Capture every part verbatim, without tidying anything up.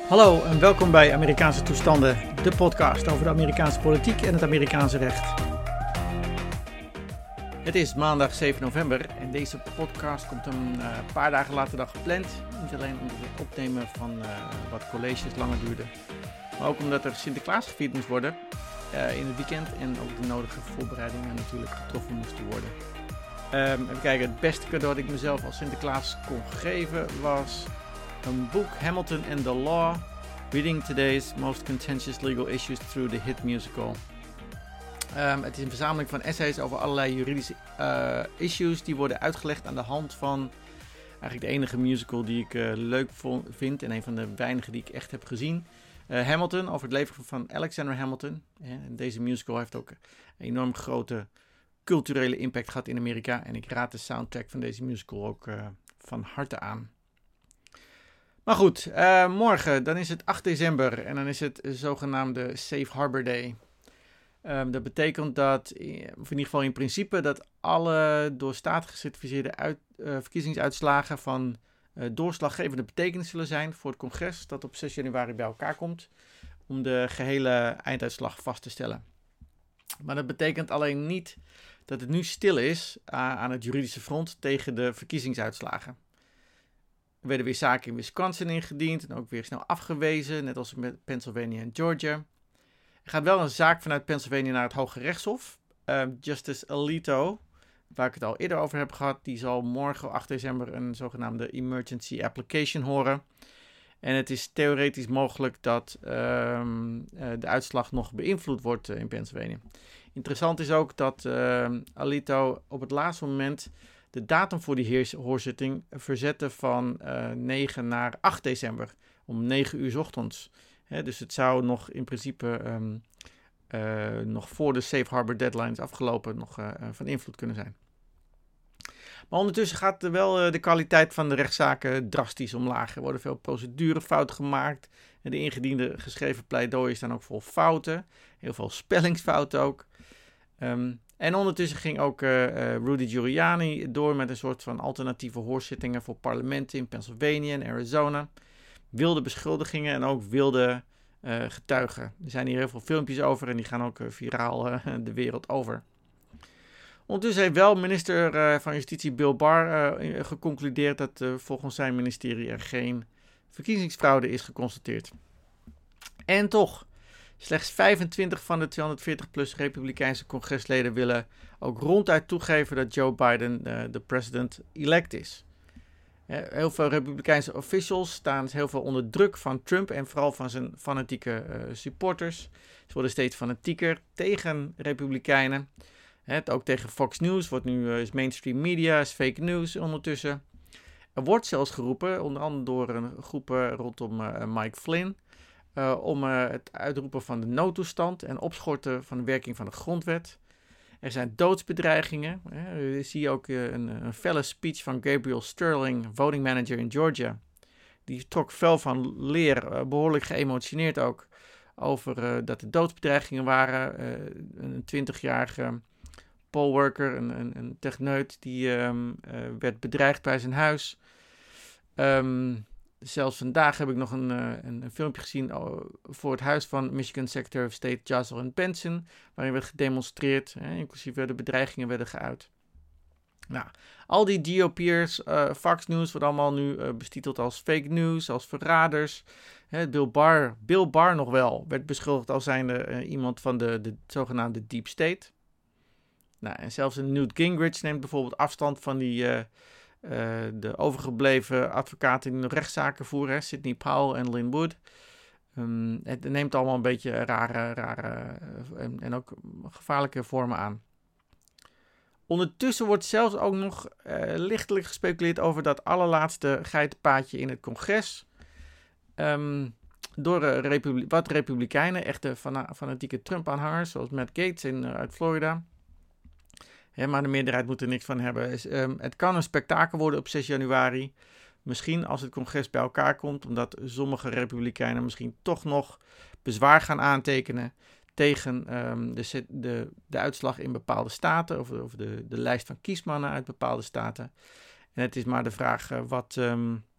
Hallo en welkom bij Amerikaanse Toestanden, de podcast over de Amerikaanse politiek en het Amerikaanse recht. Het is maandag zeven november en deze podcast komt een uh, paar dagen later dan gepland. Niet alleen omdat het opnemen van uh, wat colleges langer duurde, maar ook omdat er Sinterklaas gevierd moest worden uh, in het weekend en ook de nodige voorbereidingen natuurlijk getroffen moesten worden. Um, even kijken, het beste cadeau dat ik mezelf als Sinterklaas kon geven was een boek, Hamilton and the Law, Reading Today's Most Contentious Legal Issues Through the Hit Musical. Um, het is een verzameling van essays over allerlei juridische uh, issues die worden uitgelegd aan de hand van eigenlijk de enige musical die ik uh, leuk vo- vind en een van de weinige die ik echt heb gezien. Uh, Hamilton, over het leven van Alexander Hamilton. Ja, en deze musical heeft ook een enorm grote culturele impact gehad in Amerika en ik raad de soundtrack van deze musical ook uh, van harte aan. Maar goed, uh, morgen, dan is het acht december en dan is het zogenaamde Safe Harbor Day. Um, dat betekent dat, of in ieder geval in principe, dat alle door staat gecertificeerde uit, uh, verkiezingsuitslagen van uh, doorslaggevende betekenis zullen zijn voor het congres dat op zes januari bij elkaar komt om de gehele einduitslag vast te stellen. Maar dat betekent alleen niet dat het nu stil is uh, aan het juridische front tegen de verkiezingsuitslagen. Er werden weer zaken in Wisconsin ingediend en ook weer snel afgewezen, net als met Pennsylvania en Georgia. Er gaat wel een zaak vanuit Pennsylvania naar het Hoge Rechtshof. Uh, Justice Alito, waar ik het al eerder over heb gehad, die zal morgen acht december een zogenaamde emergency application horen. En het is theoretisch mogelijk dat um, uh, de uitslag nog beïnvloed wordt uh, in Pennsylvania. Interessant is ook dat uh, Alito op het laatste moment de datum voor die heers- hoorzitting verzette van uh, negen naar acht december, om negen uur 's ochtends. He, dus het zou nog in principe um, uh, nog voor de Safe Harbor deadline is afgelopen nog uh, van invloed kunnen zijn. Maar ondertussen gaat er wel uh, de kwaliteit van de rechtszaken drastisch omlaag. Er worden veel procedurefouten gemaakt. En de ingediende geschreven pleidooien staan ook vol fouten. Heel veel spellingsfouten ook. Um, en ondertussen ging ook uh, uh, Rudy Giuliani door met een soort van alternatieve hoorzittingen voor parlementen in Pennsylvania en Arizona. Wilde beschuldigingen en ook wilde uh, getuigen. Er zijn hier heel veel filmpjes over en die gaan ook uh, viraal uh, de wereld over. Ondertussen heeft wel minister uh, van Justitie Bill Barr uh, geconcludeerd dat uh, volgens zijn ministerie er geen verkiezingsfraude is geconstateerd. En toch, slechts vijfentwintig van de tweehonderdveertig plus Republikeinse congresleden willen ook ronduit toegeven dat Joe Biden uh, de president-elect is. Heel veel Republikeinse officials staan heel veel onder druk van Trump en vooral van zijn fanatieke uh, supporters. Ze worden steeds fanatieker tegen Republikeinen. Het, ook tegen Fox News wordt nu uh, is mainstream media, is fake news ondertussen. Er wordt zelfs geroepen, onder andere door een groep uh, rondom uh, Mike Flynn, uh, om uh, het uitroepen van de noodtoestand en opschorten van de werking van de grondwet. Er zijn doodsbedreigingen. Je ziet ook een, een felle speech van Gabriel Sterling, voting manager in Georgia. Die trok fel van leer, behoorlijk geëmotioneerd ook, over uh, dat er doodsbedreigingen waren. Uh, een twintigjarige poll worker, een, een, een techneut, die um, uh, werd bedreigd bij zijn huis. Um, zelfs vandaag heb ik nog een, uh, een, een filmpje gezien uh, voor het huis van Michigan Secretary of State Jocelyn Benson, waarin werd gedemonstreerd, hè, inclusief de bedreigingen werden geuit. Nou, al die G O P'ers, uh, Fox News wordt allemaal nu uh, bestiteld als fake news, als verraders. Hè, Bill Barr, Bill Barr nog wel, werd beschuldigd als zijnde uh, iemand van de, de zogenaamde Deep State. Nou, en zelfs een Newt Gingrich neemt bijvoorbeeld afstand van die Uh, Uh, de overgebleven advocaten die nog rechtszaken voeren, hè, Sidney Powell en Lin Wood. Um, het neemt allemaal een beetje rare, rare uh, en, en ook gevaarlijke vormen aan. Ondertussen wordt zelfs ook nog uh, lichtelijk gespeculeerd over dat allerlaatste geitenpaadje in het congres. Um, door uh, republi- wat republikeinen, echte fana- fanatieke Trump-aanhangers, zoals Matt Gaetz in, uh, uit Florida. He, maar de meerderheid moet er niks van hebben. Dus, um, het kan een spektakel worden op zes januari. Misschien als het congres bij elkaar komt, omdat sommige republikeinen misschien toch nog bezwaar gaan aantekenen tegen um, de, de, de uitslag in bepaalde staten, of, of de, de lijst van kiesmannen uit bepaalde staten. En het is maar de vraag uh, wat, um,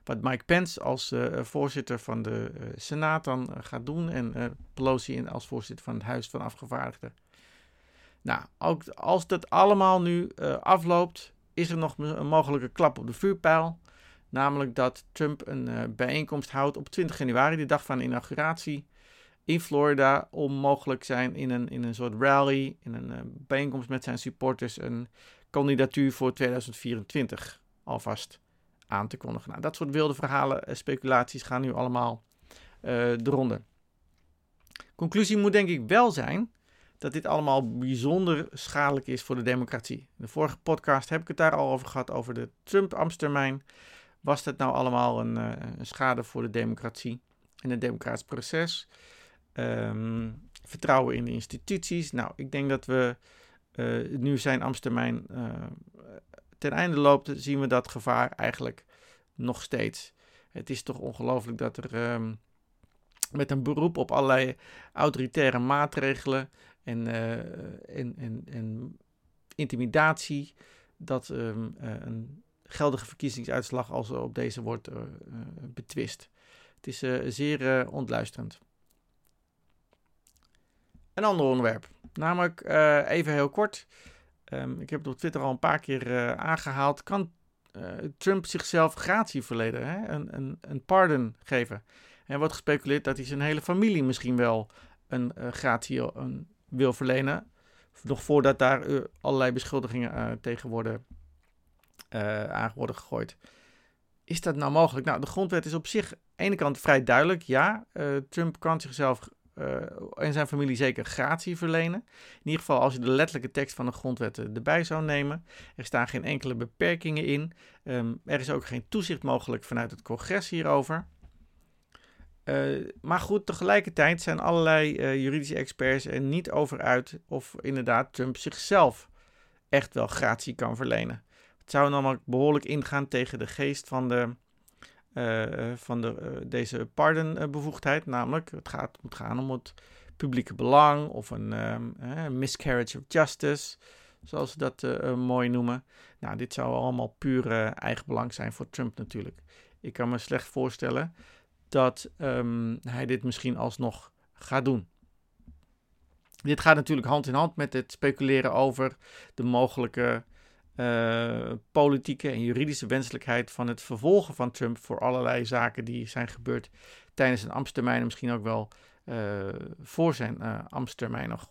wat Mike Pence als uh, voorzitter van de uh, Senaat dan uh, gaat doen. En uh, Pelosi in als voorzitter van het Huis van Afgevaardigden. Nou, ook als dat allemaal nu uh, afloopt, is er nog een mogelijke klap op de vuurpijl. Namelijk dat Trump een uh, bijeenkomst houdt op twintig januari, de dag van de inauguratie, in Florida, om mogelijk zijn in een, in een soort rally, in een uh, bijeenkomst met zijn supporters, een kandidatuur voor tweeduizend vierentwintig alvast aan te kondigen. Nou, dat soort wilde verhalen en speculaties gaan nu allemaal uh, de ronde. Conclusie moet denk ik wel zijn dat dit allemaal bijzonder schadelijk is voor de democratie. In de vorige podcast heb ik het daar al over gehad, over de Trump-ambtstermijn. Was dat nou allemaal een, uh, een schade voor de democratie en het democratisch proces? Um, vertrouwen in de instituties. Nou, ik denk dat we uh, nu zijn ambtstermijn uh, ten einde loopt, zien we dat gevaar eigenlijk nog steeds. Het is toch ongelooflijk dat er um, met een beroep op allerlei autoritaire maatregelen en, uh, en, en, en intimidatie, dat um, uh, een geldige verkiezingsuitslag als op deze wordt uh, uh, betwist. Het is uh, zeer uh, ontluisterend. Een ander onderwerp, namelijk uh, even heel kort. Um, ik heb het op Twitter al een paar keer uh, aangehaald. Kan uh, Trump zichzelf gratie verlenen, hè? Een, een, een pardon geven? Er wordt gespeculeerd dat hij zijn hele familie misschien wel een uh, gratie een, wil verlenen. Nog voordat daar uh, allerlei beschuldigingen uh, tegen worden, uh, aan worden gegooid. Is dat nou mogelijk? Nou, de grondwet is op zich aan de ene kant vrij duidelijk. Ja, uh, Trump kan zichzelf uh, en zijn familie zeker gratie verlenen. In ieder geval als je de letterlijke tekst van de grondwet erbij zou nemen. Er staan geen enkele beperkingen in. Um, er is ook geen toezicht mogelijk vanuit het congres hierover. Uh, maar goed, tegelijkertijd zijn allerlei uh, juridische experts er niet over uit of inderdaad Trump zichzelf echt wel gratie kan verlenen. Het zou namelijk behoorlijk ingaan tegen de geest van, de, uh, van de, uh, deze pardonbevoegdheid. Namelijk, het gaat, moet gaan om het publieke belang of een um, uh, miscarriage of justice, zoals ze dat uh, uh, mooi noemen. Nou, dit zou allemaal puur uh, eigen belang zijn voor Trump natuurlijk. Ik kan me slecht voorstellen dat um, hij dit misschien alsnog gaat doen. Dit gaat natuurlijk hand in hand met het speculeren over de mogelijke uh, politieke en juridische wenselijkheid van het vervolgen van Trump voor allerlei zaken die zijn gebeurd tijdens zijn ambtstermijn en misschien ook wel uh, voor zijn uh, ambtstermijn nog.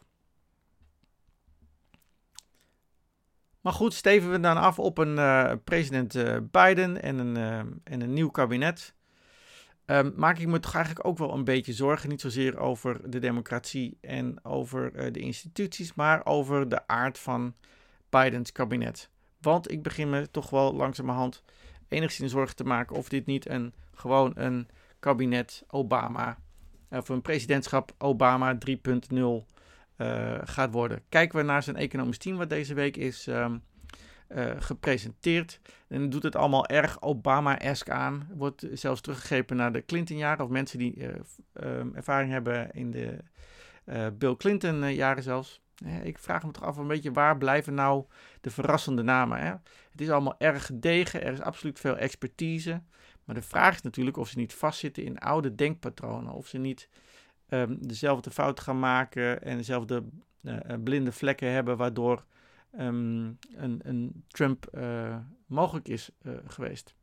Maar goed, steven we dan af op een uh, president uh, Biden en een, uh, en een nieuw kabinet. Um, maak ik me toch eigenlijk ook wel een beetje zorgen. Niet zozeer over de democratie en over uh, de instituties, maar over de aard van Bidens kabinet. Want ik begin me toch wel langzamerhand enigszins zorgen te maken of dit niet een gewoon een kabinet Obama, of een presidentschap Obama drie punt nul uh, gaat worden. Kijken we naar zijn economisch team wat deze week is um, Uh, gepresenteerd. En doet het allemaal erg Obama-esque aan. Wordt zelfs teruggegrepen naar de Clinton-jaren. Of mensen die uh, uh, ervaring hebben in de uh, Bill Clinton-jaren zelfs. Uh, ik vraag me toch af een beetje waar blijven nou de verrassende namen. Hè? Het is allemaal erg gedegen. Er is absoluut veel expertise. Maar de vraag is natuurlijk of ze niet vastzitten in oude denkpatronen. Of ze niet um, dezelfde fouten gaan maken en dezelfde uh, blinde vlekken hebben waardoor Um, een, een Trump uh, mogelijk is uh, geweest.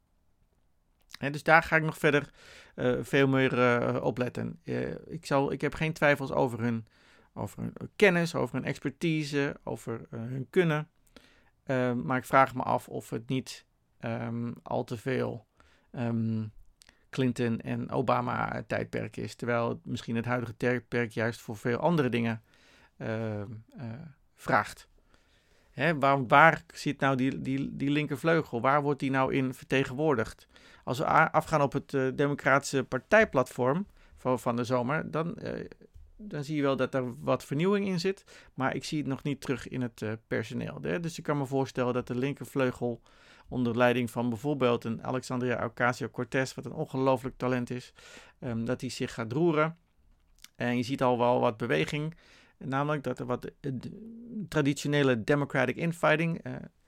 En dus daar ga ik nog verder uh, veel meer uh, op letten. Uh, ik, zal, ik heb geen twijfels over hun, over hun kennis, over hun expertise, over uh, hun kunnen. Uh, maar ik vraag me af of het niet um, al te veel um, Clinton en Obama tijdperk is. Terwijl het misschien het huidige tijdperk juist voor veel andere dingen uh, uh, vraagt. Hè, waar, waar zit nou die, die, die linkervleugel? Waar wordt die nou in vertegenwoordigd? Als we afgaan op het uh, democratische partijplatform van, van de zomer, dan, uh, dan zie je wel dat er wat vernieuwing in zit. Maar ik zie het nog niet terug in het uh, personeel. Hè? Dus ik kan me voorstellen dat de linkervleugel onder leiding van bijvoorbeeld een Alexandria Ocasio-Cortez, wat een ongelooflijk talent is, um, dat die zich gaat roeren. En je ziet al wel wat beweging. Namelijk dat er wat uh, traditionele democratic infighting uh,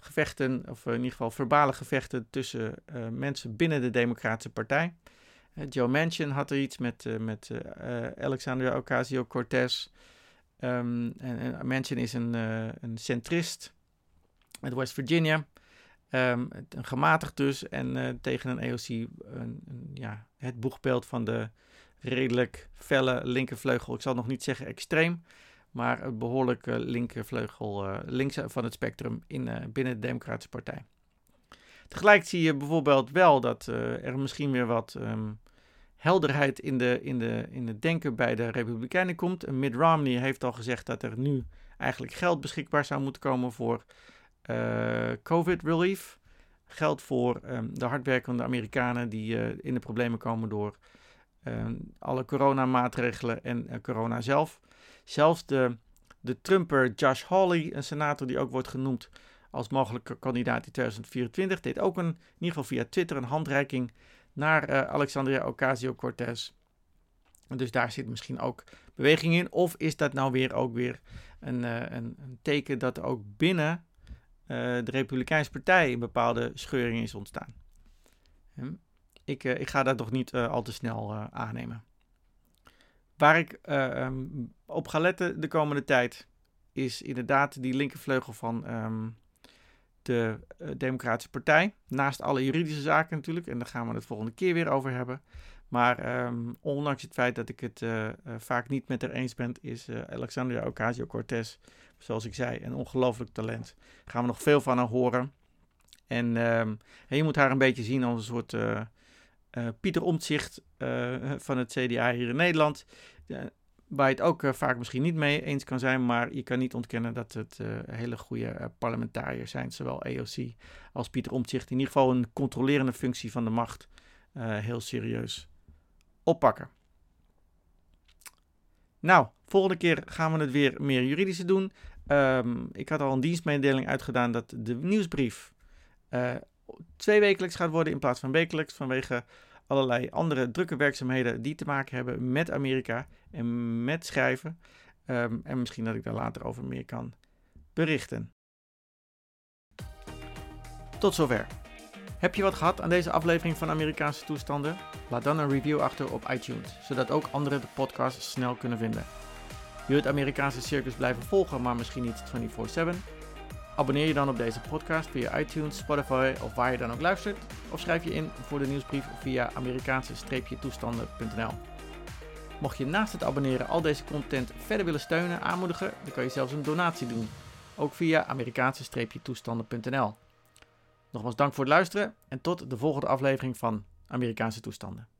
gevechten, of in ieder geval verbale gevechten tussen uh, mensen binnen de Democratische Partij. Uh, Joe Manchin had er iets met, uh, met uh, Alexandria Ocasio-Cortez. Um, en, en Manchin is een, uh, een centrist uit West Virginia. Um, een gematigd dus. En uh, tegen een A O C een, een, ja, het boegbeeld van de redelijk felle linkervleugel. Ik zal nog niet zeggen extreem, maar een behoorlijk uh, linkervleugel uh, links van het spectrum in, uh, binnen de Democratische Partij. Tegelijk zie je bijvoorbeeld wel dat uh, er misschien weer wat um, helderheid in, de, in, de, in het denken bij de Republikeinen komt. Mitt Romney heeft al gezegd dat er nu eigenlijk geld beschikbaar zou moeten komen voor uh, COVID relief. Geld voor um, de hardwerkende Amerikanen die uh, in de problemen komen door uh, alle coronamaatregelen en uh, corona zelf. Zelfs de, de Trumper Josh Hawley, een senator die ook wordt genoemd als mogelijke kandidaat in tweeduizend vierentwintig, deed ook een, in ieder geval via Twitter een handreiking naar uh, Alexandria Ocasio-Cortez. Dus daar zit misschien ook beweging in. Of is dat nou weer ook weer een, uh, een, een teken dat er ook binnen uh, de Republikeinse Partij een bepaalde scheuring is ontstaan? Hm? Ik, uh, ik ga dat toch niet uh, al te snel uh, aannemen. Waar ik uh, um, op ga letten de komende tijd is inderdaad die linkervleugel van um, de uh, Democratische Partij. Naast alle juridische zaken natuurlijk, en daar gaan we het volgende keer weer over hebben. Maar um, ondanks het feit dat ik het uh, uh, vaak niet met haar eens ben, is uh, Alexandria Ocasio-Cortez, zoals ik zei, een ongelooflijk talent. Daar gaan we nog veel van haar horen. En, um, en je moet haar een beetje zien als een soort uh, uh, Pieter Omtzigt uh, van het C D A hier in Nederland. Uh, waar je het ook uh, vaak misschien niet mee eens kan zijn, maar je kan niet ontkennen dat het uh, hele goede uh, parlementariërs zijn. Zowel A O C als Pieter Omtzigt. In ieder geval een controlerende functie van de macht uh, heel serieus oppakken. Nou, volgende keer gaan we het weer meer juridische doen. Um, ik had al een dienstmededeling uitgedaan dat de nieuwsbrief uh, twee wekelijks gaat worden in plaats van wekelijks, vanwege allerlei andere drukke werkzaamheden die te maken hebben met Amerika en met schrijven. Um, en misschien dat ik daar later over meer kan berichten. Tot zover. Heb je wat gehad aan deze aflevering van Amerikaanse toestanden? Laat dan een review achter op iTunes, zodat ook anderen de podcast snel kunnen vinden. Wil je het Amerikaanse circus blijven volgen, maar misschien niet vierentwintig zeven? Abonneer je dan op deze podcast via iTunes, Spotify of waar je dan ook luistert. Of schrijf je in voor de nieuwsbrief via Amerikaanse toestanden punt n l. Mocht je naast het abonneren al deze content verder willen steunen, aanmoedigen, dan kan je zelfs een donatie doen. Ook via Amerikaanse toestanden punt n l. Nogmaals dank voor het luisteren en tot de volgende aflevering van Amerikaanse Toestanden.